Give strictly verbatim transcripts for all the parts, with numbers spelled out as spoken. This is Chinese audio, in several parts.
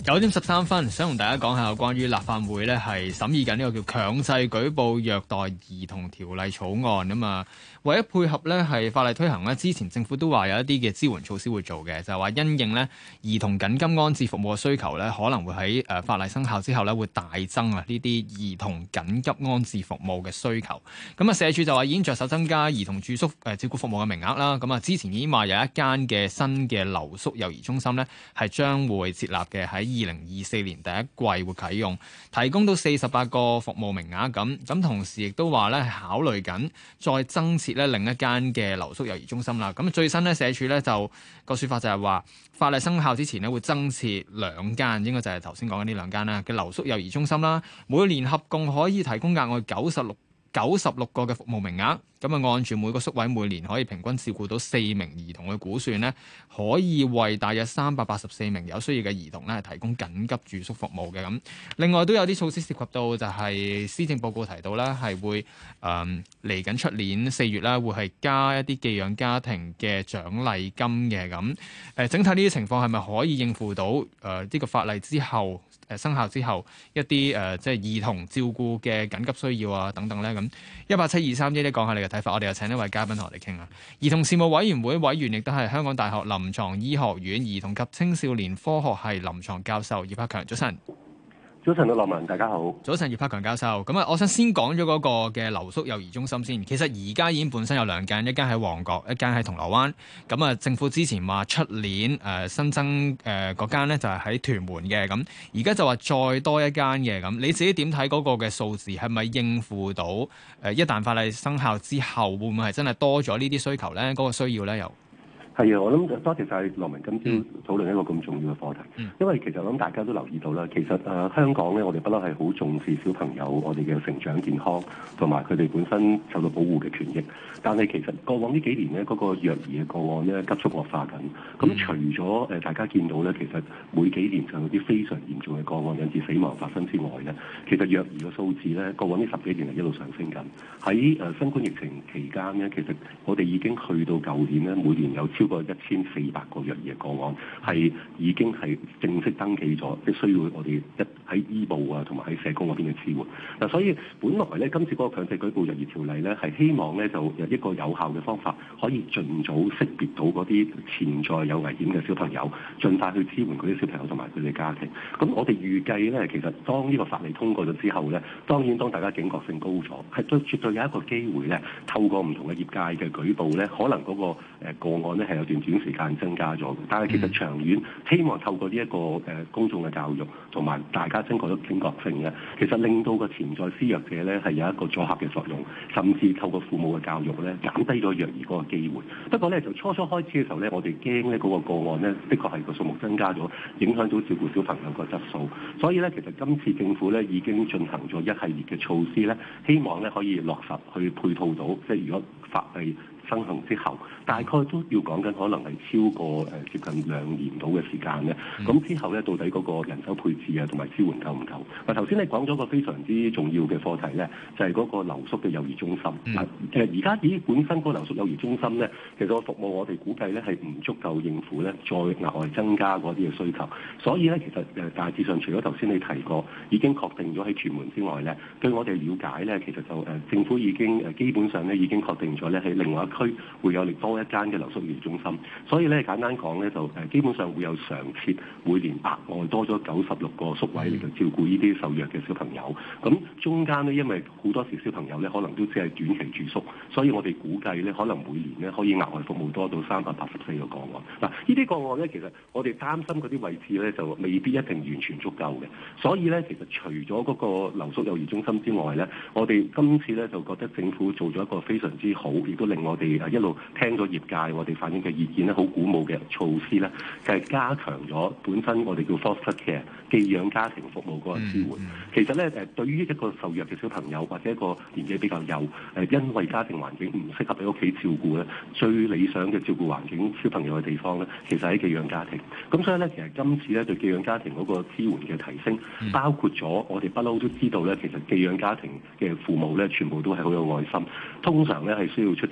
九點十三分，想同大家講下有關於立法會咧係審議緊呢個叫強制舉報虐待兒童條例草案咁啊。為咗配合咧係法例推行咧，之前政府都話有一啲嘅支援措施會做嘅，就係話因應咧兒童緊急安置服務嘅需求咧，可能會喺誒法例生效之後咧會大增啊呢啲兒童緊急安置服務嘅需求。咁啊，社署就話已經着手增加兒童住宿誒照顧服務嘅名額啦。咁啊，之前已經話有一間嘅新嘅留宿幼兒中心咧係將會設立嘅，喺二零二四年第一季會啟用，提供到四十八個服務名額咁。咁同時亦都話咧係考慮緊再增設咧另一間嘅留宿幼兒中心啦。咁最新咧社署咧就個說法就係話，法例生效之前咧會增設兩間，應該就係頭先講緊呢兩間啦嘅留宿幼兒中心啦。每年合共可以提供額外九十六九十六個嘅服務名額。咁啊，按住每個宿位每年可以平均照顧到四名兒童嘅估算咧，可以為大約三百八十四名有需要嘅兒童咧提供緊急住宿服務嘅。咁另外都有啲措施涉及到就係施政報告提到啦，係會誒嚟緊出年四月啦，會係加一啲寄養家庭嘅獎勵金嘅。咁誒整體呢啲情況係咪可以應付到誒呢、呃這個法例之後誒生效之後一啲誒、呃、即係兒童照顧嘅緊急需要啊等等咧？咁一八七二三一咧講下你嘅睇法，我哋又請一位嘉賓同我哋傾下。兒童事務委員會委員亦都係香港大學臨床醫學院兒童及青少年科學系臨床教授葉柏強，早晨。 早晨，羅文，大家好。 早晨，葉柏強教授。咁啊，我想先講咗嗰個嘅留宿幼兒中心先。其實而家已經本身有兩間，一間喺旺角，一間喺銅鑼灣。咁啊，政府之前話出年誒、呃、新增誒嗰間咧就係喺屯門嘅。咁而家就話再多一間嘅。咁你自己點睇嗰個嘅數字係咪應付到誒、呃？一旦法例生效之後，會唔會係真係多咗呢啲需求咧？嗰、那個需要咧又？ 係啊，我諗多謝晒羅文今朝討論一個咁重要嘅課題。嗯、因為其實我諗大家都留意到啦，其實誒、呃、香港咧，我哋不嬲係好重視小朋友我哋嘅成長健康同埋佢哋本身受到保護嘅權益。但係其實過往呢幾年咧，嗰、那個虐兒嘅個案咧急速惡化緊。咁、嗯、除咗誒大家見到咧，其實每幾年就有啲非常嚴重嘅個案引致死亡發生之外咧，其實虐兒嘅數字咧，過往呢十幾年係一路上升緊。喺誒新冠疫情期間咧，其實我哋已經去到舊年咧，每年有超超過一千四百個虐兒嘅個案，係已經係正式登記咗，即係需要我哋一喺醫部啊，同埋喺社工嗰邊嘅支援。嗱，所以本來咧，今次嗰個強制舉報虐兒條例咧，係希望咧就有一個有效嘅方法，可以盡早識別到嗰啲潛在有危險嘅小朋友，盡快去支援嗰啲小朋友同埋佢哋家庭。咁我哋預計咧，其實當呢個法例通過咗之後咧，當然當大家警覺性高咗，係都絕對有一個機會咧，透過唔同嘅業界嘅舉報咧，可能嗰個誒個案咧係有段短時間增加咗嘅。但係其實長遠希望透過呢一個誒公眾嘅教育同埋大家增強咗警覺性咧，其實令到個潛在施虐者咧係有一個阻嚇嘅作用，甚至透過父母嘅教育咧減低咗虐兒嗰個機會。不過咧就初初開始嘅時候咧，我哋驚咧嗰個個案咧，的確係個數目增加咗，影響到照顧小朋友個質素。所以咧，其實今次政府咧已經進行咗一系列嘅措施咧，希望咧可以落實去配套到，即係如果法例生效之後，大概都要講緊可能係超過誒接近兩年到嘅時間咧。咁、嗯、之後咧，到底嗰個人手配置啊，同埋支援夠唔夠？嗱，頭先你講咗個非常之重要嘅課題咧，就係、是、嗰個留宿嘅幼兒中心。嗱、嗯，誒而家以本身嗰個留宿幼兒中心咧，其實個服務我哋估計咧係唔足夠應付咧，再額外增加嗰啲嘅需求。所以咧，其實誒大致上除咗頭先你提過已經確定咗喺屯門之外咧，據我哋了解咧，其實就誒政府已經誒基本上咧已經確定咗咧喺另外一區會有多一間嘅留宿幼兒中心，所以咧簡單講咧就誒基本上會有常設每年額外多咗九十六個宿位嚟到照顧呢啲受虐嘅小朋友。咁中間咧因為好多時小朋友咧可能都只係短期住宿，所以我哋估計咧可能每年咧可以額外服務多到三百八十四個個案。嗱，呢啲個案咧其實我哋擔心嗰啲位置咧就未必一定完全足夠嘅，所以咧其實除咗嗰個留宿幼兒中心之外咧，我哋今次咧就覺得政府做咗一個非常之好，亦都令我哋誒一路聽咗業界我哋反映嘅意見咧，好鼓舞嘅措施咧，就係、是、加強咗本身我哋叫 foster care 寄養家庭服務嗰個支援。嗯、其實咧誒，對於一個受虐嘅小朋友或者一個年紀比較幼誒，因為家庭環境唔適合喺屋企照顧咧，最理想嘅照顧環境小朋友嘅地方咧，其實喺寄養家庭。咁所以咧，其實今次咧對寄養家庭嗰個支援嘅提升，嗯、包括咗我哋不嬲都知道咧，其實寄養家庭嘅父母咧，全部都係好有愛心，通常咧係需要出錢出力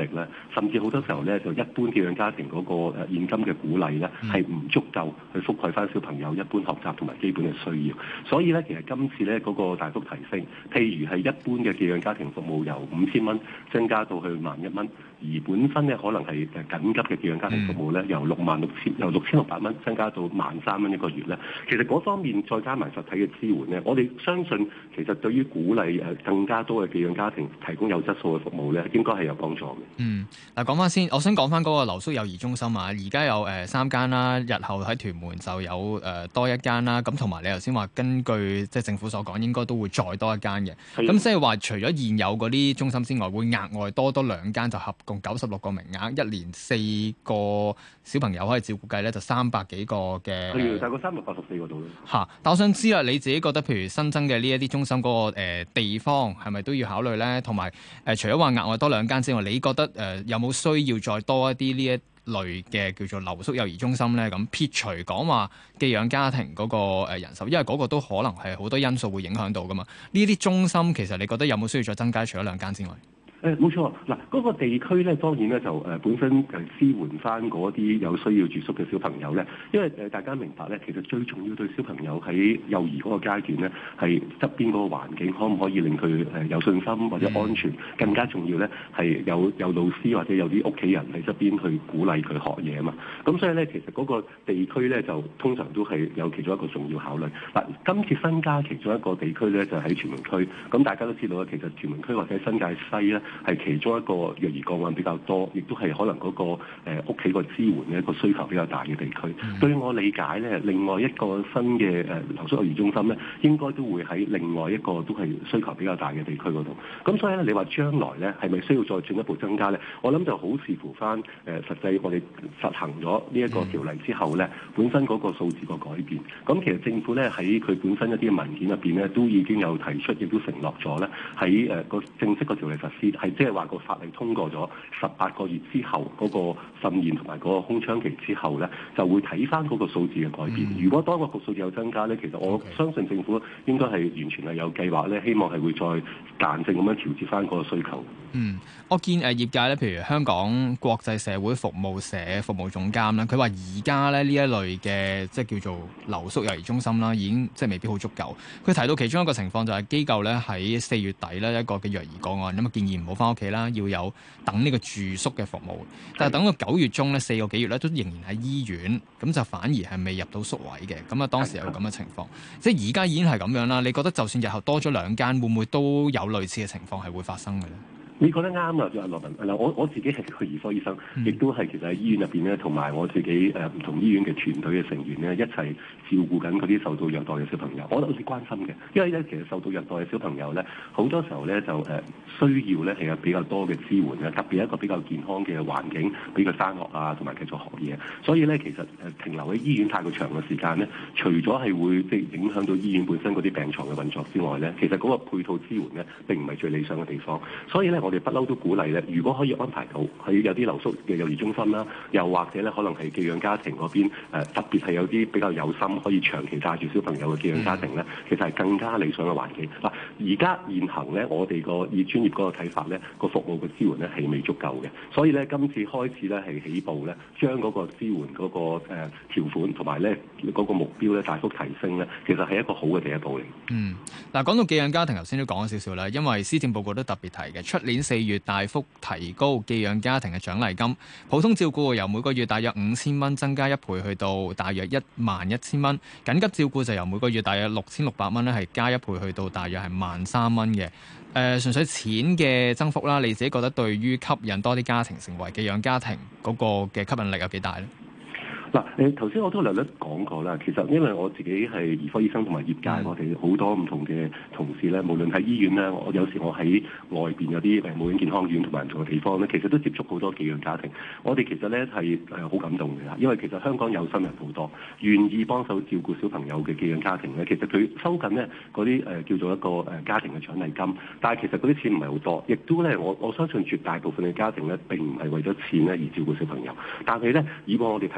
咧，甚至好多時候咧就一般寄養家庭嗰個誒現金嘅鼓勵咧係唔足夠去覆蓋翻小朋友一般學習同埋基本嘅需要。所以咧其實今次咧嗰個大幅提升，譬如係一般嘅寄養家庭服務由五千蚊增加到去萬一蚊，而本身咧可能係誒緊急嘅寄養家庭服務咧由六萬六千由六千六百蚊增加到萬三蚊一個月咧，其實嗰方面再加埋實體嘅支援咧，我哋相信其實對於鼓勵誒更加多嘅寄養家庭提供有質素嘅服務咧，應該係有幫助嘅。 嗯，嗱講翻先，我想講翻嗰個留宿幼兒中心啊，而家有誒、呃、三間啦，日後喺屯門就有誒、呃、多一間啦。咁同埋你頭先話根據即係政府所講，應該都會再多一間嘅。咁即係話除咗現有嗰啲中心之外，會額外多多兩間，就合共九十六個名額，一年四個小朋友可以照顧計咧，就三百幾個嘅。 係大概三百八十四個度嚇！但我想知啦，你自己覺得譬如新增嘅呢一啲中心嗰、那個、呃、地方係咪都要考慮咧？同埋誒，除咗話額外多兩間之外，你覺得誒、呃、有冇需要再多一啲呢一類嘅叫做留宿幼兒中心咧？咁撇除講話寄養家庭嗰個人手，因為嗰個都可能係好多因素會影響到噶嘛。呢啲中心其實你覺得有冇需要再增加？除咗兩間之外？ 誒冇錯，嗱、那、嗰個地區咧，當然咧就誒本身誒支援翻嗰啲有需要住宿嘅小朋友咧，因為誒大家明白咧，其實最重要對小朋友喺幼兒嗰個階段咧，係側邊嗰個環境可唔可以令佢誒有信心或者安全，更加重要咧係有有老師或者有啲屋企人喺側邊去鼓勵佢學嘢啊嘛。咁所以咧，其實嗰個地區咧就通常都係有其中一個重要考慮。嗱，今次新加其中一個地區咧就喺屯門區，咁大家都知道咧，其實屯門區或者新界西咧，係其中一個虐兒個案比較多，亦都係可能嗰、那個誒屋企個支援嘅一個需求比較大嘅地區。嗯、對我理解咧，另外一個新嘅誒留宿幼兒中心咧，應該都會喺另外一個都係需求比較大嘅地區嗰度。咁所以咧，你話將來咧係咪需要再進一步增加咧？我諗就好視乎翻誒實際我哋實行咗呢一個條例之後咧，嗯、本身嗰個數字個改變。咁其實政府咧喺佢本身一啲文件入邊咧，都已經有提出，亦都承諾咗咧喺誒個正式個條例實施，係即係話個法例通過咗十八個月之後，嗰、那個訓練同埋嗰個空窗期之後咧，就會睇翻嗰個數字嘅改變。嗯、如果當個個數字有增加咧，其實我相信政府應該係完全係有計劃咧，希望係會再彈性咁樣調節翻嗰個需求。 嗯，我見誒、呃、業界咧，譬如香港國際社會服務社服務總監啦，佢話而家咧呢一類嘅即係叫做留宿幼兒中心啦，已經即係未必好足夠。佢提到其中一個情況就係機構咧喺四月底咧一個嘅虐兒個案，咁啊建議唔好翻屋企啦，要有等呢個住宿嘅服務。但係等到九月中咧四個幾月咧都仍然喺醫院，咁就反而係未入到宿位嘅。咁啊當時有咁嘅情況，即係而家已經係咁樣啦。你覺得就算日後多咗兩間，會唔會都有類似嘅情況係會發生嘅咧？ 你覺得啱啊，阿羅文。嗱，我我自己係個兒科醫生，亦都係其實喺醫院入邊咧，同埋我自己誒唔同醫院嘅團隊嘅成員咧，一齊照顧緊嗰啲受到虐待嘅小朋友。我覺得好似關心嘅，因為咧其實受到虐待嘅小朋友咧，好多時候咧就誒需要咧係有比較多嘅支援嘅，特別一個比較健康嘅環境，俾佢返學啊，同埋繼續學嘢。所以咧其實誒停留喺醫院太過長嘅時間咧，除咗係會即係影響到醫院本身嗰啲病床嘅運作之外咧，其實嗰個配套支援咧並唔係最理想嘅地方。所以咧我哋不嬲都鼓勵咧，如果可以安排到喺有啲留宿嘅幼兒中心啦，又或者咧可能係寄養家庭嗰邊誒，特別係有啲比較有心可以長期帶住小朋友嘅寄養家庭咧，其實係更加理想嘅環境。嗱，而家現行咧，我哋個以專業嗰個睇法咧，個服務嘅支援咧係未足夠嘅，所以咧今次開始咧係起步咧，將嗰個支援嗰個誒條款同埋咧嗰個目標咧大幅提升咧，其實係一個好嘅第一步嚟。 嗯，嗱講到寄養家庭，頭先都講咗少少啦，因為施政報告都特別提嘅，出年四月大幅提高寄養家庭嘅獎勵金，普通照顧由每個月大約五千蚊增加一倍，去到大約一萬一千蚊；緊急照顧就由每個月大約六千六百蚊咧，係加一倍，去到大約係萬三蚊嘅。誒、呃，純粹錢嘅增幅啦，你自己覺得對於吸引多啲家庭成為寄養家庭嗰個嘅吸引力有幾大呢？ 嗱，誒頭先我都略略講過啦，其實因為我自己係兒科醫生同埋業界，嗯、我哋好多唔同嘅同事咧，無論喺醫院咧，我有時我喺外邊有啲誒母嬰健康院同埋唔同嘅地方咧，其實都接觸好多寄養家庭。我哋其實咧係誒好感動嘅，因為其實香港有心人好多，願意幫手照顧小朋友嘅寄養家庭咧，其實佢收緊咧嗰啲誒叫做一個誒家庭嘅獎勵金，但係其實嗰啲錢唔係好多，亦都咧我我相信絕大部分嘅家庭咧並唔係為咗錢咧而照顧小朋友，但係咧以往我哋睇到咧，其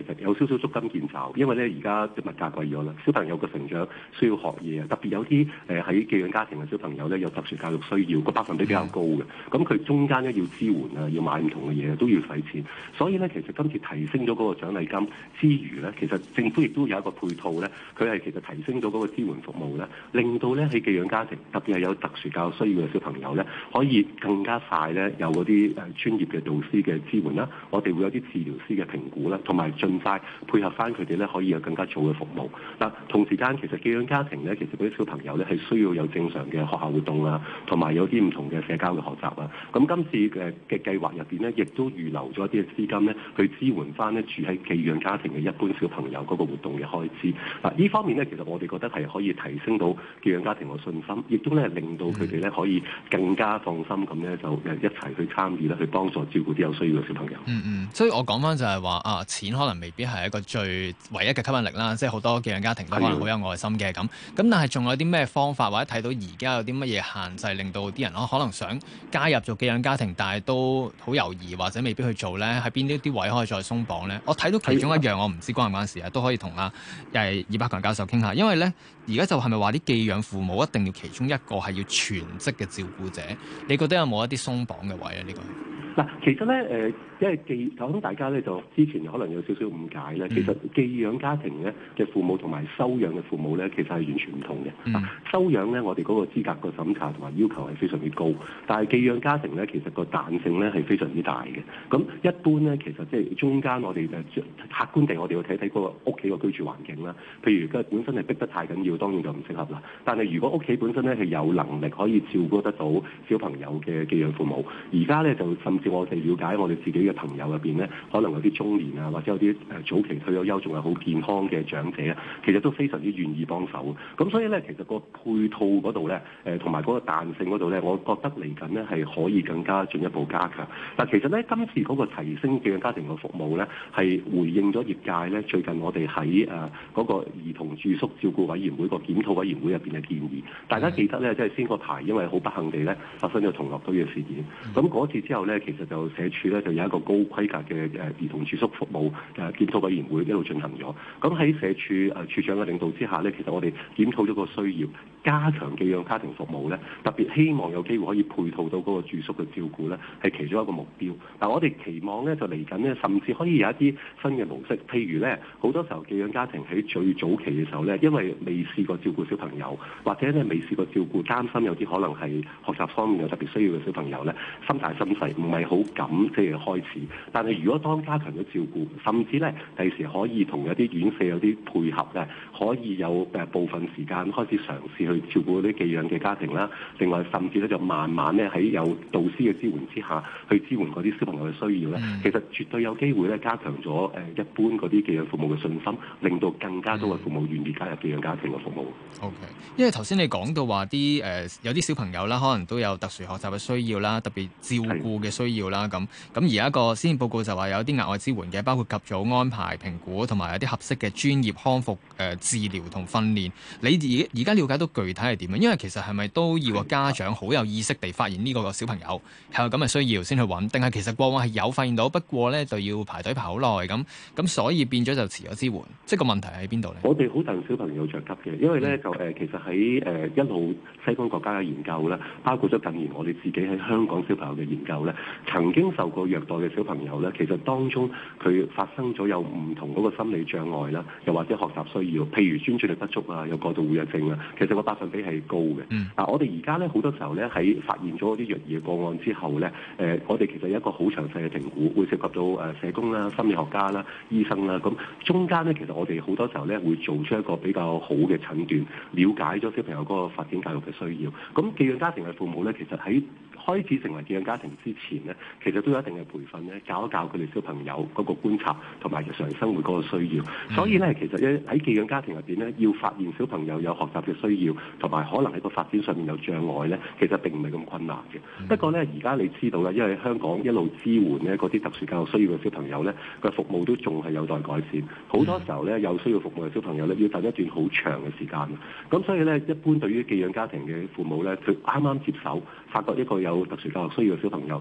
其實有少少捉襟見肘，因為咧而家啲物價貴咗啦，小朋友嘅成長需要學嘢啊，特別有啲誒喺寄養家庭嘅小朋友咧有特殊教育需要，個百分比比較高嘅，咁佢中間咧要支援啊，要買唔同嘅嘢都要使錢，所以咧其實今次提升咗嗰個獎勵金之餘咧，其實政府亦都有一個配套咧，佢係其實提升咗嗰個支援服務咧，令到咧喺寄養家庭，特別係有特殊教育需要嘅小朋友咧，可以更加快咧有嗰啲誒專業嘅導師嘅支援啦，我哋會有啲治療師嘅評估啦，同埋盡快配合翻佢哋咧，可以有更加早嘅服務。嗱，同時間其實寄養家庭咧，其實嗰啲小朋友咧係需要有正常嘅學校活動啊，同埋有啲唔同嘅社交嘅學習啊。咁今次嘅嘅計劃入邊咧，亦都預留咗一啲嘅資金咧，去支援翻咧住喺寄養家庭嘅一般小朋友嗰個活動嘅開支。嗱，呢方面咧，其實我哋覺得係可以提升到寄養家庭嘅信心，亦都咧令到佢哋咧可以更加放心咁咧，就誒一齊去參與咧，去幫助照顧啲有需要嘅小朋友。 嗯嗯，所以我講翻就係話啊，錢可能未必係一個最唯一嘅吸引力啦，即係好多寄養家庭都可能好有愛心嘅咁。咁但係仲有啲咩方法，或者睇到而家有啲乜嘢限制，令到啲人可能想加入做寄養家庭，但係都好猶豫或者未必去做咧？喺邊啲啲位可以再鬆綁咧？我睇到其中一樣，我唔知關唔關事啊，都可以同啊誒葉柏強教授傾下，因為咧而家就係咪話啲寄養父母一定要其中一個係要全職嘅照顧者？你覺得有冇一啲鬆綁嘅位啊？呢個嗱，其實咧誒，因為寄，我諗大家咧就之前可能有少少誤解咧。其實寄養家庭咧嘅父母同埋收養嘅父母咧，其實係完全唔同嘅。嗯、收養咧，我哋嗰個資格個審查同埋要求係非常之高，但係寄養家庭咧，其實個彈性咧係非常之大嘅。咁一般咧，其實即係中間我哋誒客觀地，我哋要睇睇嗰個屋企個居住環境啦。譬如佢本身係逼得太緊要，當然就唔適合啦。但係如果屋企本身咧係有能力可以照顧得到小朋友嘅寄養父母，而家咧就甚至我哋了解我哋自己嘅朋友入邊咧，可能有啲中年啊，或者有啲誒早期退咗休仲係好健康嘅長者啊，其實都非常之願意幫手。咁所以咧，其實個配套嗰度咧，誒同埋嗰個彈性嗰度咧，我覺得嚟緊咧係可以更加進一步加強。但其實咧，今次嗰個提升寄養家庭嘅服務咧，係回應咗業界咧最近我哋喺誒嗰個兒童住宿照顧委員會個檢討委員會入邊嘅建議。大家記得咧，即係先個排，因為好不幸地咧發生咗同樂居嘅事件。咁嗰次之後咧，其實就社署咧就有一個高規格嘅誒兒童住宿服務誒檢討委員會一路進行咗。咁喺社署誒署長嘅領導之下咧，其實我哋檢討咗個需要，加強寄養家庭服務咧，特別希望有機會可以配套到嗰個住宿嘅照顧咧，係其中一個目標。嗱，我哋期望咧就嚟緊咧，甚至可以有一啲新嘅模式，譬如咧好多時候寄養家庭喺最早期嘅時候咧，因為未試過照顧小朋友，或者咧未試過照顧，擔心有啲可能係學習方面有特別需要嘅小朋友咧，心大心細，唔係好敢即係開始。但係如果當加強咗照顧，甚至咧第時可以同有啲院舍有啲配合咧，可以有誒部分時間開始嘗試去照顧啲寄養嘅家庭啦。另外甚至咧就慢慢咧喺有導師嘅支援之下，去支援嗰啲小朋友嘅需要咧，嗯、其實絕對有機會咧加強咗誒一般嗰啲寄養父母嘅信心，令到更加多嘅父母願意加入寄養家庭嘅服務。 OK，因為頭先你講到話啲誒有啲小朋友啦，可能都有特殊學習嘅需要啦，特別照顧嘅需要啦，咁咁而家個施政報告就話有啲額外支援嘅，包括及早安排評估同埋有啲合適嘅專業康復誒、呃、治療同訓練。你而而家了解到具體係點樣？因為其實係咪都要個家長好有意識地發現呢個小朋友係有咁嘅需要先去揾，定係其實過往係有發現到，不過咧就要排隊排好耐咁，咁所以變咗就遲咗支援，即係個問題喺邊度咧？ 我哋好戥小朋友着急嘅，因為咧就誒、呃、其實喺誒、呃、一路西方國家嘅研究咧，包括咗近年我哋自己喺香港小朋友嘅研究咧，曾經受過虐待嘅小朋友咧，其實當中佢發生咗有唔同嗰個心理障礙啦，又或者學習需要，譬如專注力不足啊，有過度活躍症啊，其實個百分比係高嘅。嗱、嗯啊，我哋而家咧好多時候咧喺發現咗啲虐兒嘅個案之後咧，誒、呃，我哋其實有一個好詳細嘅評估，會涉及到誒社工啦、心理學家啦、醫生啦，咁中間咧其實我哋好多時候咧會做出一個比較好嘅診斷，了解咗小朋友嗰個發展教育嘅需要。咁寄養家庭嘅父母咧，其實喺開始成為寄養家庭之前呢，其實都有一定嘅培訓咧，教一教佢哋小朋友嗰個觀察同埋日常生活嗰個需要。所以咧，其實咧喺寄養家庭入邊咧，要發現小朋友有學習嘅需要，同埋可能喺個發展上面有障礙咧，其實並唔係咁困難嘅。不過咧，而家你知道啦，因為香港一路支援咧嗰啲特殊教育需要嘅小朋友咧，個服務都仲係有待改善。好多時候咧，有需要服務嘅小朋友咧，要等一段好長嘅時間。咁所以咧，一般對於寄養家庭嘅父母咧，佢啱啱接手，發覺一個有特殊教育需要嘅小朋友，但係又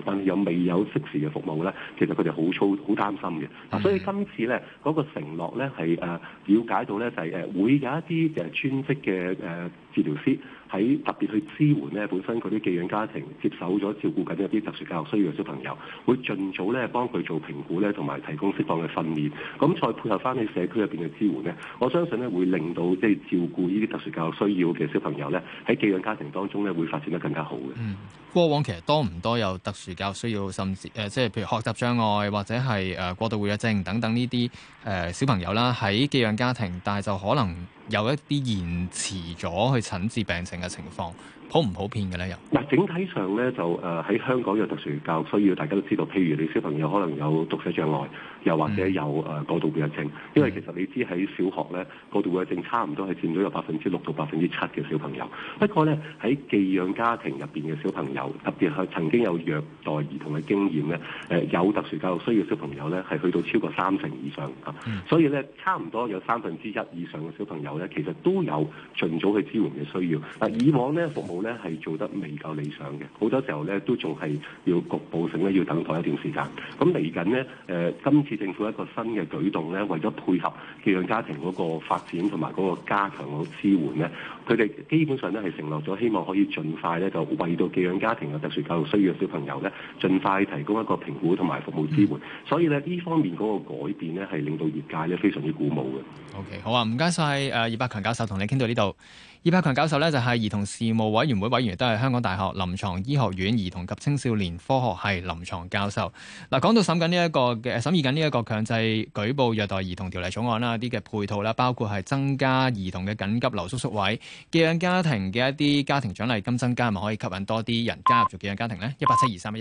未有適時嘅服務咧，其實佢哋好操好擔心嘅。嗱、嗯，所以今次咧嗰、那個承諾咧係誒了解到咧就係、是、誒、呃、會有一啲誒專職嘅誒、呃、治療師喺特別去支援咧本身嗰啲寄養家庭接手咗照顧緊一啲特殊教育需要嘅小朋友，會盡早咧幫佢做評估咧，同埋提供適當嘅訓練。咁再配合翻喺社區入邊嘅支援咧，我相信咧會令到即係照顧呢啲特殊教育需要嘅小朋友咧喺寄養家庭當中咧會發展得更加好嘅。 嗯，過往其實多唔多有特殊教育需要，甚至誒、呃、即係譬如學習障礙或者係誒、呃、過度活躍症等等呢啲誒小朋友啦，喺寄養家庭，但係就可能有一啲延遲咗去診治病情嘅情況，普唔普遍嘅咧？又嗱，整體上咧就誒喺、呃、香港有特殊教育需要，大家都知道，譬如你小朋友可能有讀寫障礙，又或者有誒、呃、過度活躍症，因為其實你知喺小學咧過度活躍症差唔多係佔咗有百分之六到百分之七嘅小朋友。不過咧喺寄養家庭入邊嘅小朋友，特別係曾經有虐待兒童嘅經驗咧，誒、呃、有特殊教育需要小朋友咧係去到超過三成以上啊，嗯、所以咧差唔多有三分之一以上嘅小朋友咧，其實都有盡早去支援嘅需要。嗱，以往咧服務咧係做得未夠理想嘅，好多時候咧都仲係要局部性咧要等待一段時間。咁嚟緊呢，誒、呃、今次政府一個新嘅舉動咧，為咗配合寄養家庭嗰個發展同埋嗰個加強嗰個支援咧，佢哋基本上咧係承諾咗，希望可以盡快咧就為到寄養家庭有特殊教育需要嘅小朋友咧，盡快提供一個評估同埋服務支援。嗯、所以咧呢方面嗰個改變咧係令到業界咧非常之鼓舞嘅。 OK， 好啊，唔該晒誒葉柏強教授，同你傾到呢度。葉柏強教授咧就係兒童事務委員會委員，亦都係香港大學臨床醫學院兒童及青少年科學系臨床教授。嗱，講到審緊呢一個嘅審議緊呢一個強制舉報虐待兒童條例草案啦，啲嘅配套啦，包括係增加兒童嘅緊急留宿宿位，寄養家庭嘅一啲家庭獎勵金增加，咪可以吸引多啲人加入做寄養家庭咧？一八七二三一一。